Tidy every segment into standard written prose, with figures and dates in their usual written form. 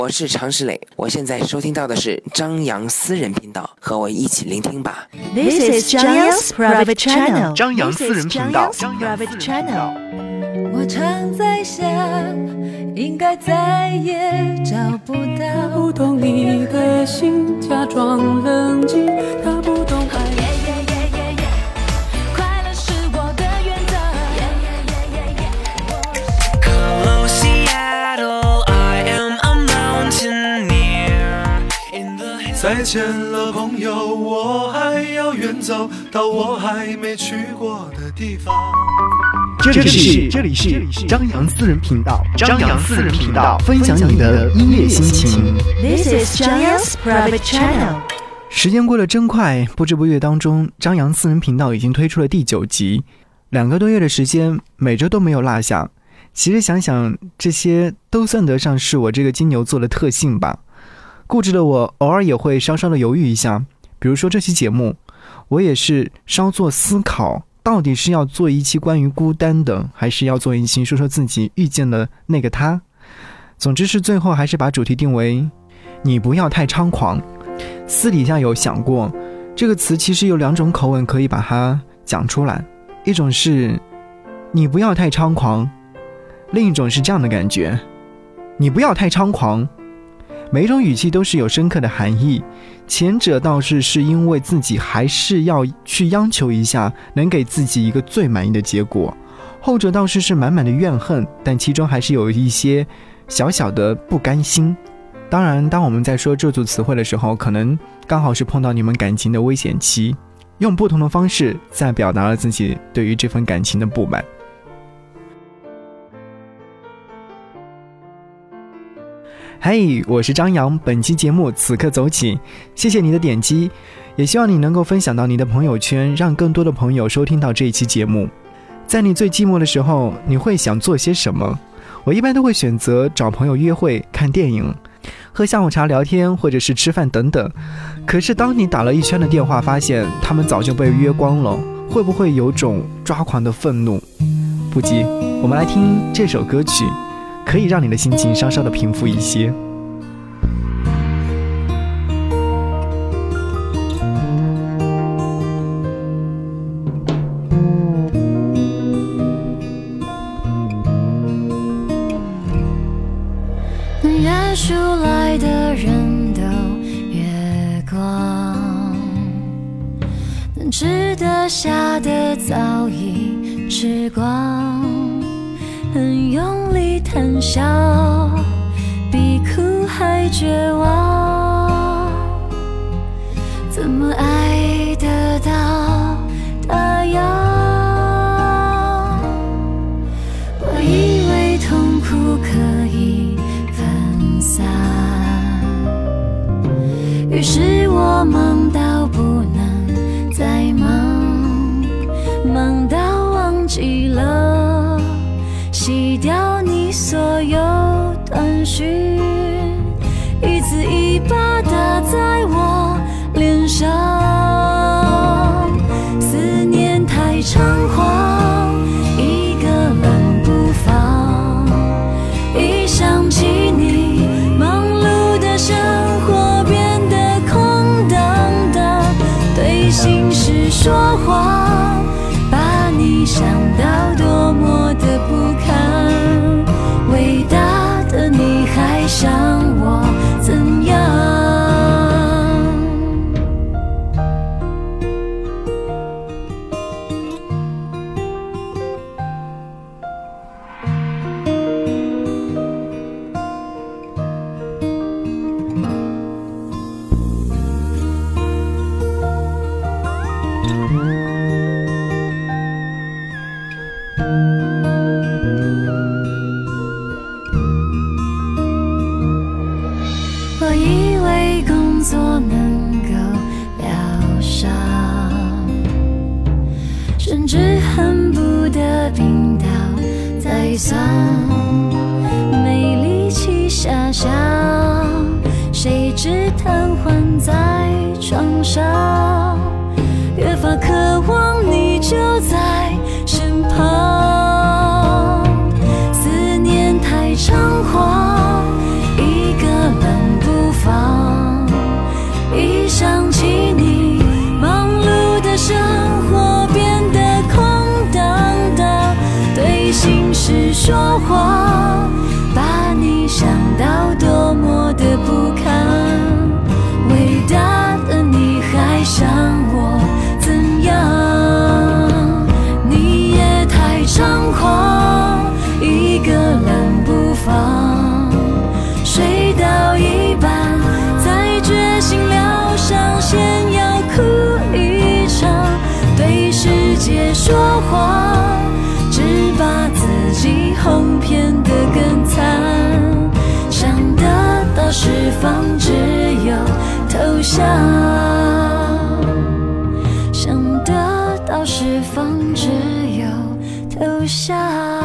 我是常石磊，我现在收听到的是张扬私人频道，和我一起聆听吧。 This is Zhang Yang's private channel. 张扬私人频道。 Private channel. 我常在想，应该再也找不到。 他不懂你的心，假装冷静。他不懂爱。 快乐是我的原则。 Hello Seattle, I am a mountaineer. 再见了朋友，我还要远走到我还没去过的地方。 这里是张扬私人频道，张扬私人频道，分享你的音乐心情。 This is Zhang Yang's private channel. 时间过得真快，不知不觉当中，张扬私人频道已经推出了第9集，2个多月的时间，每周都没有落下。其实想想，这些都算得上是我这个金牛座的特性吧。固执的我，偶尔也会稍稍的犹豫一下。比如说这期节目，我也是稍作思考，到底是要做一期关于孤单的，还是要做一期说说自己遇见了那个他。总之是最后还是把主题定为你不要太猖狂。私底下有想过，这个词其实有2种口吻可以把它讲出来，一种是你不要太猖狂，另一种是这样的感觉，你不要太猖狂。每一种语气都是有深刻的含义，前者倒是因为自己还是要去央求一下，能给自己一个最满意的结果，后者倒是满满的怨恨，但其中还是有一些小小的不甘心。当然，当我们在说这组词汇的时候，可能刚好是碰到你们感情的危险期，用不同的方式在表达了自己对于这份感情的不满。嘿，我是张扬，本期节目此刻走起，谢谢你的点击，也希望你能够分享到你的朋友圈，让更多的朋友收听到这一期节目。在你最寂寞的时候，你会想做些什么？我一般都会选择找朋友约会、看电影、喝下午茶聊天，或者是吃饭等等。可是当你打了一圈的电话，发现他们早就被约光了，会不会有种抓狂的愤怒？不急，我们来听这首歌曲，可以让你的心情稍稍的平复一些。 能约出来的人都月光，能吃得下的早已吃光，很用力谈笑，比哭还绝望，怎么爱得到他要？我以为痛苦可以分散，于是我忙到不能再忙，忙到忘记了洗掉你所有短讯，一字一把打在我脸上。思念太猖狂，一个人不放，一想起你，忙碌的生活变得空荡荡，对心事说谎，把你想到多么的不堪，伟大的你还想我怎样？我以为工作能够疗伤，甚至恨不得病倒再丧，没力气遐想，谁知瘫痪在床上，越发渴望你就在身旁，思念太猖狂，一个戏到一半，才决心疗伤，先要哭一场，对世界说谎，只把自己哄骗得更惨。想得到释放，只有投降。想得到释放，只有投降。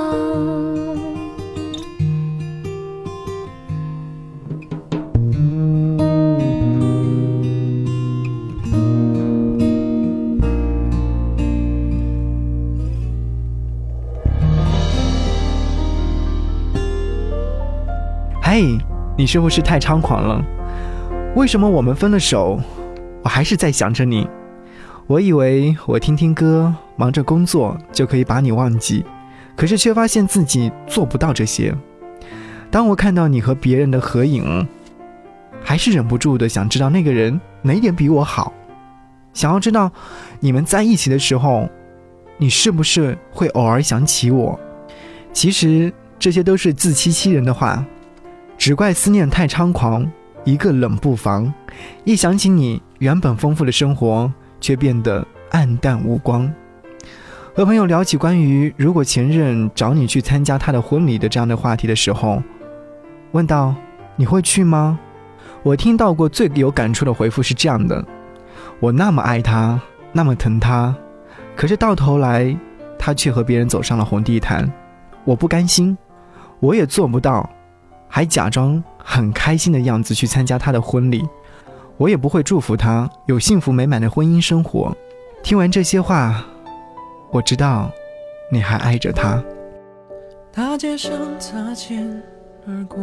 嘿，你是不是太猖狂了？为什么我们分了手，我还是在想着你？我以为我听听歌，忙着工作就可以把你忘记，可是却发现自己做不到这些。当我看到你和别人的合影，还是忍不住的想知道那个人哪一点比我好，想要知道你们在一起的时候，你是不是会偶尔想起我？其实这些都是自欺欺人的话，只怪思念太猖狂，一个冷不防，一想起你原本丰富的生活，却变得黯淡无光。和朋友聊起关于如果前任找你去参加他的婚礼的这样的话题的时候，问到你会去吗？我听到过最有感触的回复是这样的：我那么爱他，那么疼他，可是到头来他却和别人走上了红地毯，我不甘心，我也做不到，还假装很开心的样子去参加他的婚礼，我也不会祝福他有幸福美满的婚姻生活。听完这些话，我知道你还爱着他。 大街上擦肩而过，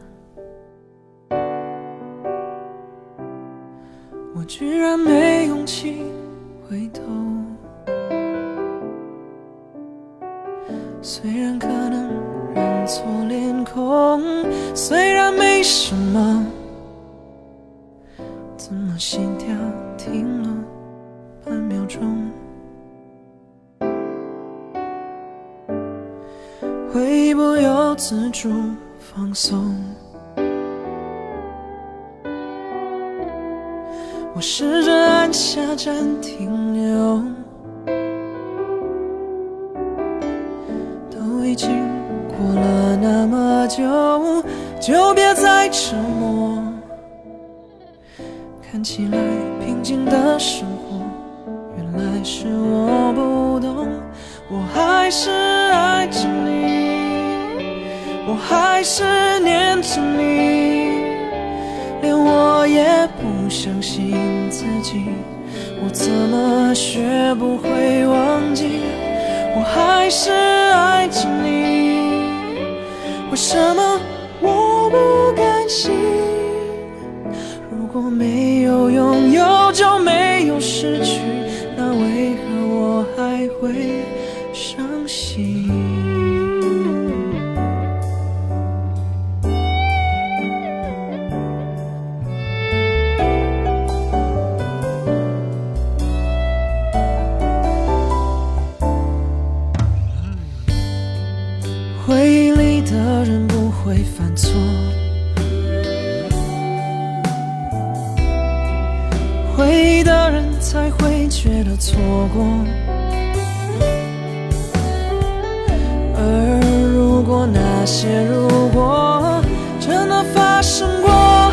我居然没勇气回头，虽然可能认错脸孔，虽然没什么，怎么心跳停了半秒钟？回忆不由自主放松，我试着按下暂停钮，都已经过了那么久，就别再沉默。看起来平静的生活，原来是我不懂。我还是爱着你，我还是念着你，连我也不相信自己，我怎么学不会忘记？我还是爱着你，为什么我不甘心？如果没有拥有就没有失去，那为何我还会伤心？回忆里的人不会犯错，回忆的人才会觉得错过。而如果那些如果真的发生过，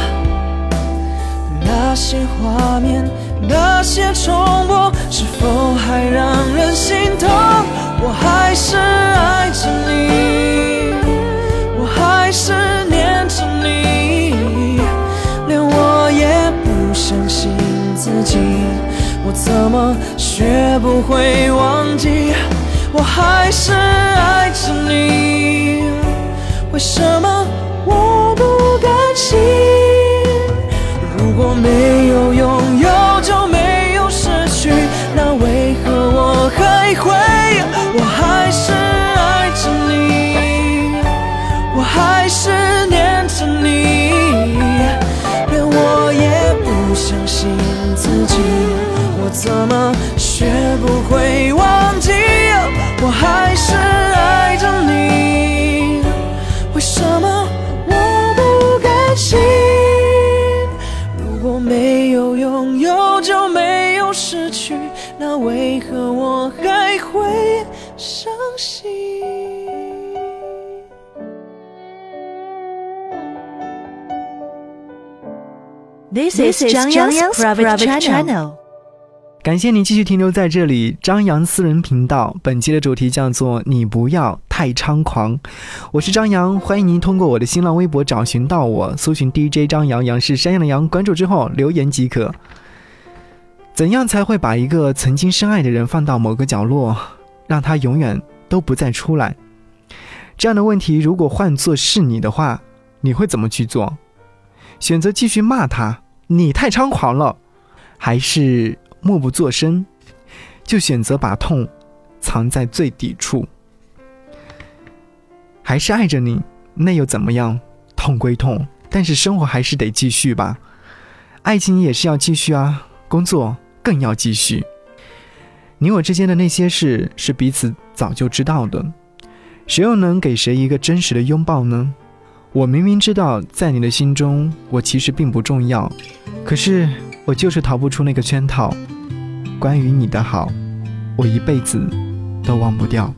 那些画面，那些重播，是否还让人心痛？我还是爱着你，我还是念着你，连我也不相信自己，我怎么学不会忘记？我还是爱着你，为什么我不甘心？如果没有拥有就没有失去，那为何我还会？我还是爱着你，我还是念着你，连我也不相信自己，我怎么学不会忘记？我还是爱着你，为什么我不甘 This is Zhang Yang's private channel. 感谢你继续停留在这里，张扬私人频道。本期的主题叫做你不要太猖狂。我是张扬，欢迎您通过我的新浪微博找寻到我，搜寻 DJ 张扬，杨是山羊的羊，关注之后留言即可。怎样才会把一个曾经深爱的人放到某个角落，让他永远都不再出来？这样的问题如果换作是你的话，你会怎么去做？选择继续骂他你太猖狂了，还是默不作声，就选择把痛藏在最底处？还是爱着你，那又怎么样？痛归痛，但是生活还是得继续吧。爱情也是要继续啊，工作更要继续。你我之间的那些事是彼此早就知道的，谁又能给谁一个真实的拥抱呢？我明明知道在你的心中我其实并不重要，可是我就是逃不出那个圈套。关于你的好，我一辈子都忘不掉。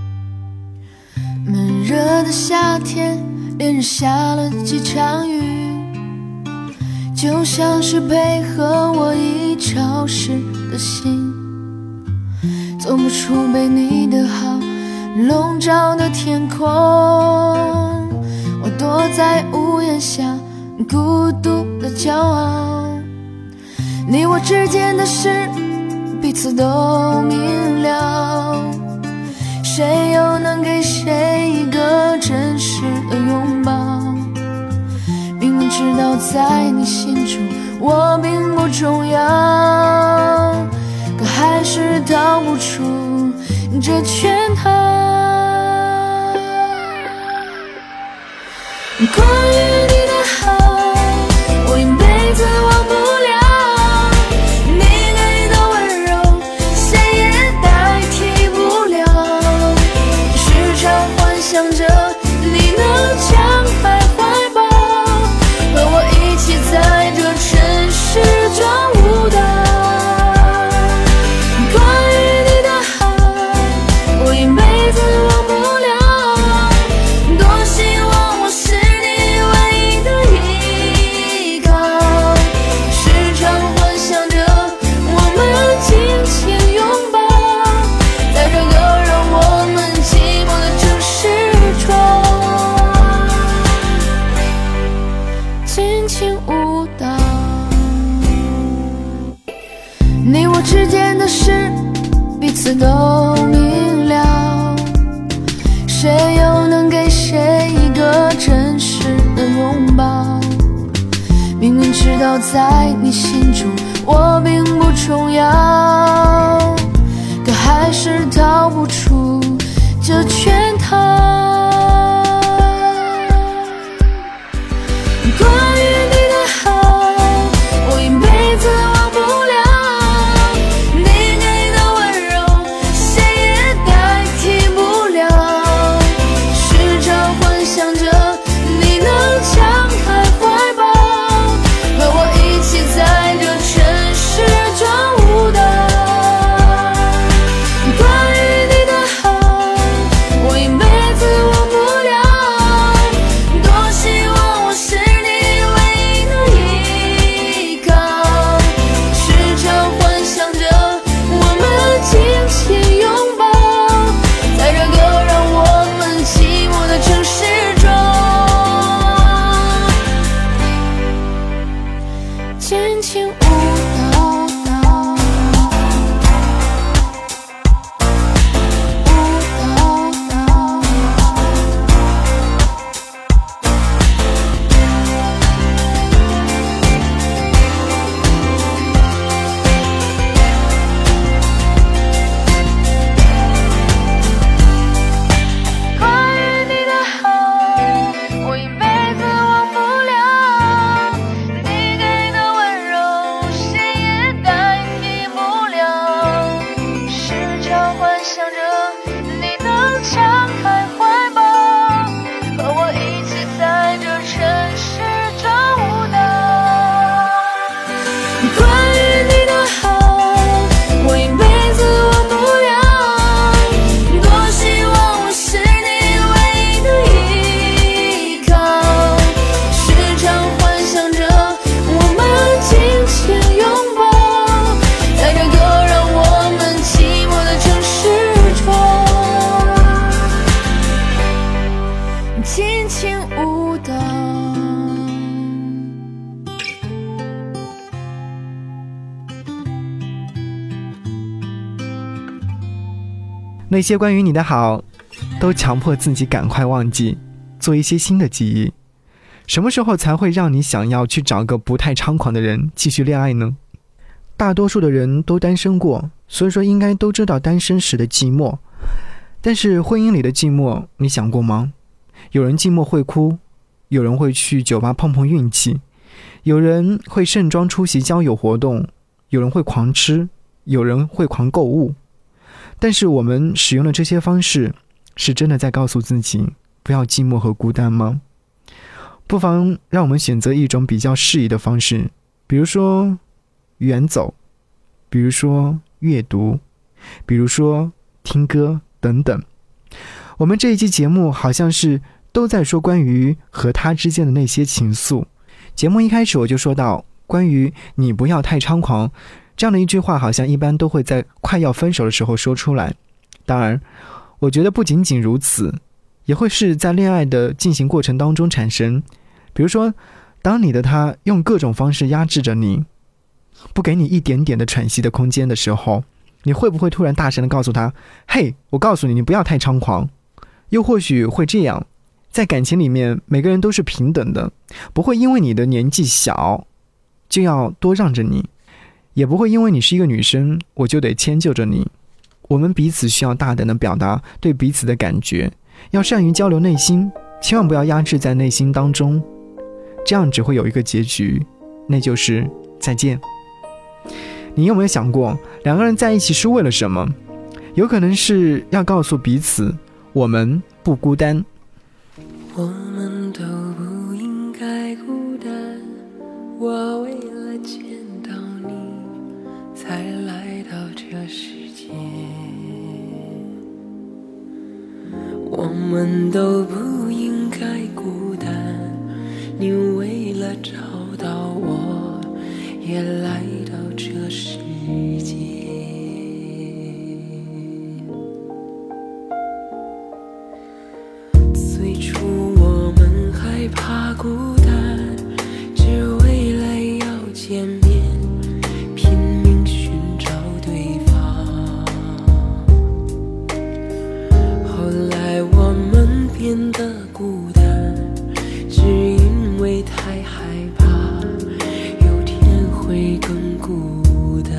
闷热的夏天，连着下了几场雨，就像是配合我已潮湿的心，走不出被你的好笼罩的天空。我躲在屋檐下，孤独的骄傲。你我之间的事，彼此都明了。谁又能给谁一个真实的拥抱？明明知道在你心中我并不重要，可还是逃不出这圈套。关于你的好，我一辈子忘不了。你给的温柔，谁也代替不了。时常幻想着你能敞开怀抱，和我一起在这城市中舞蹈。关于你的好，我一辈子忘不了。多希望我是你唯一的依靠，时常幻想着我们紧紧拥抱，在这个让我们寂寞的城市中尽情舞蹈。你我之间的事，彼此都明了。谁又能给谁一个真实的拥抱？明明知道在你心中我并不重要，可还是逃不出这圈套。关于你的好，我一辈子忘不了。你给的温柔，谁也代替不了。时常幻想着你能敞开怀抱，和我一起在这城市中舞蹈。关于你的好，我一辈子忘不了。多希望我是你唯一的依靠，时常幻想着我们紧紧拥抱，在这个让我们寂寞的城市中尽情舞蹈。关于你的好，我一辈子忘不了。你给的温柔，谁那些关于你的好，都强迫自己赶快忘记，做一些新的记忆。什么时候才会让你想要去找个不太猖狂的人继续恋爱呢？大多数的人都单身过，所以说应该都知道单身时的寂寞。但是婚姻里的寂寞，你想过吗？有人寂寞会哭，有人会去酒吧碰碰运气，有人会盛装出席交友活动，有人会狂吃，有人会狂购物。但是我们使用的这些方式，是真的在告诉自己不要寂寞和孤单吗？不妨让我们选择一种比较适宜的方式，比如说远走，比如说阅读，比如说听歌等等。我们这一期节目好像是都在说关于和他之间的那些情愫。节目一开始我就说到关于你不要太猖狂这样的一句话，好像一般都会在快要分手的时候说出来。当然我觉得不仅仅如此，也会是在恋爱的进行过程当中产生。比如说当你的他用各种方式压制着你，不给你一点点的喘息的空间的时候，你会不会突然大声地告诉他，嘿，我告诉你，你不要太猖狂。又或许会这样，在感情里面每个人都是平等的，不会因为你的年纪小就要多让着你，也不会因为你是一个女生我就得迁就着你。我们彼此需要大胆地表达对彼此的感觉，要善于交流内心，千万不要压制在内心当中，这样只会有一个结局，那就是再见。你有没有想过，两个人在一起是为了什么？有可能是要告诉彼此我们不孤单。 我们都不应该孤单，我为了见到你才来到这世界。我们都不应该孤单，你为了找到我也来到这世界。最初我们害怕孤单，只为了要见面，拼命寻找对方。后来我们变得孤单，只因为太害怕有天会更孤单。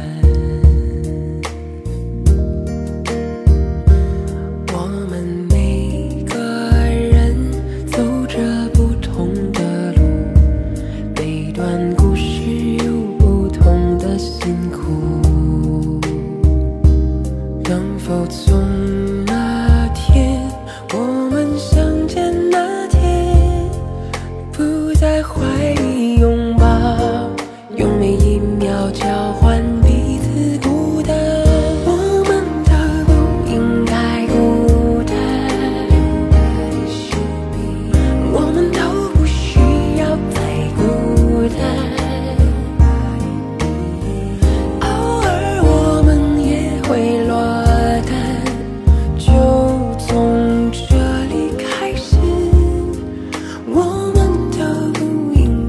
我们每个人走着不同的路，每段故事有不同的辛苦。能否从那天我们相见那天，不再怀疑拥抱，用每一秒交换彼此孤单。我们都不应该孤单，我们都不需要再孤单。偶尔我们也会落单，就从这里开始，我们都不应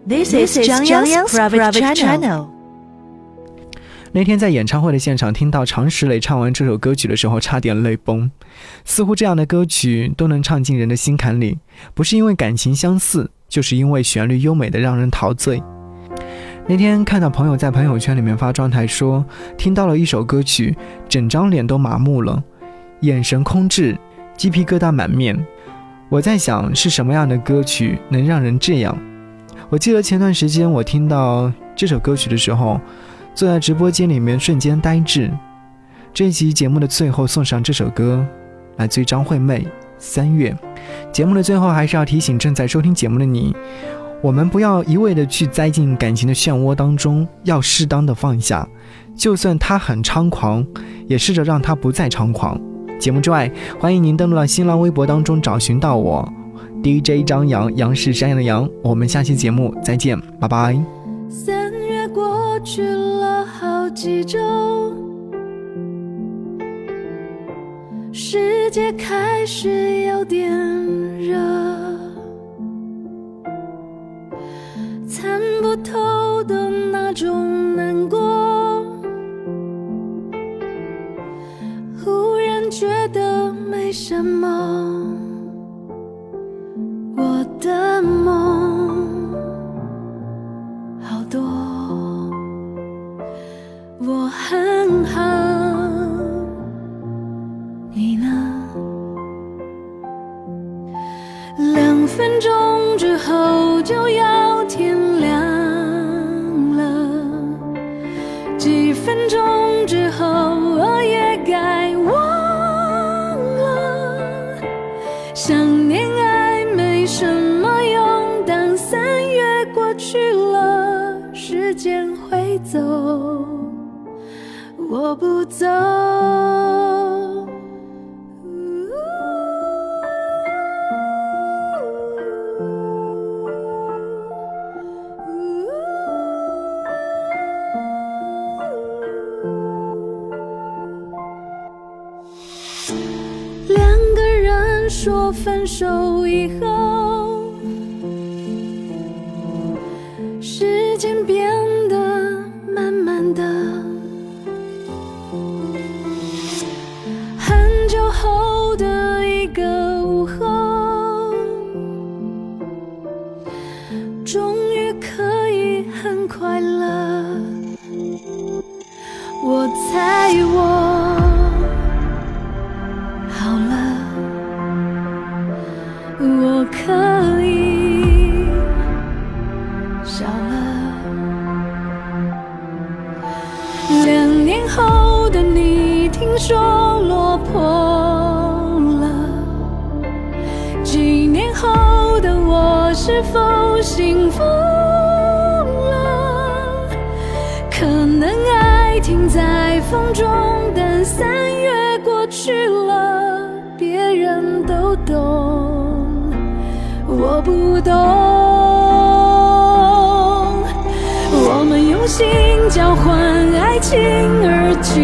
This is Zhang Yang's private channel. 那天在演唱会的现场听到常石磊唱完这首歌曲的时候差点泪崩，似乎这样的歌曲都能唱进人的心坎里，不是因为感情相似，就是因为旋律优美的让人陶醉。那天看到朋友在朋友圈里面发状态说听到了一首歌曲，整张脸都麻木了，眼神空滞，鸡皮疙瘩满面。我在想是什么样的歌曲能让人这样。我记得前段时间我听到这首歌曲的时候，坐在直播间里面瞬间呆滞。这一期节目的最后送上这首歌，来自于张惠妹《3月》。节目的最后还是要提醒正在收听节目的你，我们不要一味的去栽进感情的漩涡当中，要适当的放下，就算他很猖狂，也试着让他不再猖狂。节目之外，欢迎您登录到新浪微博当中找寻到我 DJ 张扬，杨是山羊的羊。我们下期节目再见，拜拜。 3月过去了好几周，世界开始有点热，参不透的那种难过，忽然觉得没什么，我的梦好多，我很好，你呢？2分钟之后就要天亮了，几分钟之后我也该忘了，想念爱没什么用，当3月过去了，时间会走，我不走。2个人说分手以后，时间变得慢慢的，很久后的一个午后，终于可以很快乐，我猜我好了，我可以笑了。2年后的你听说落魄了，几年后的我是否幸福了？可能爱停在风中，但3月过去了，别人都懂，我不懂。我们用心交换爱情而寂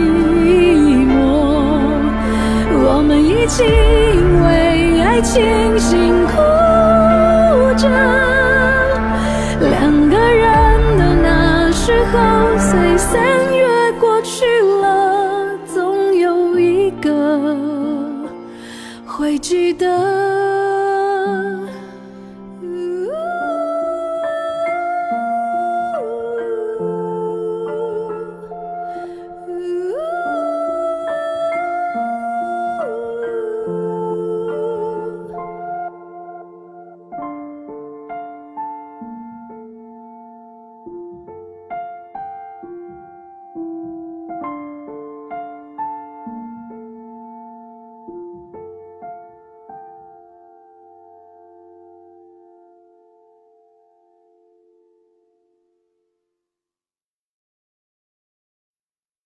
寞，我们一起因为爱情辛苦着。2个人的那时候，随3月过去了，总有一个会记得。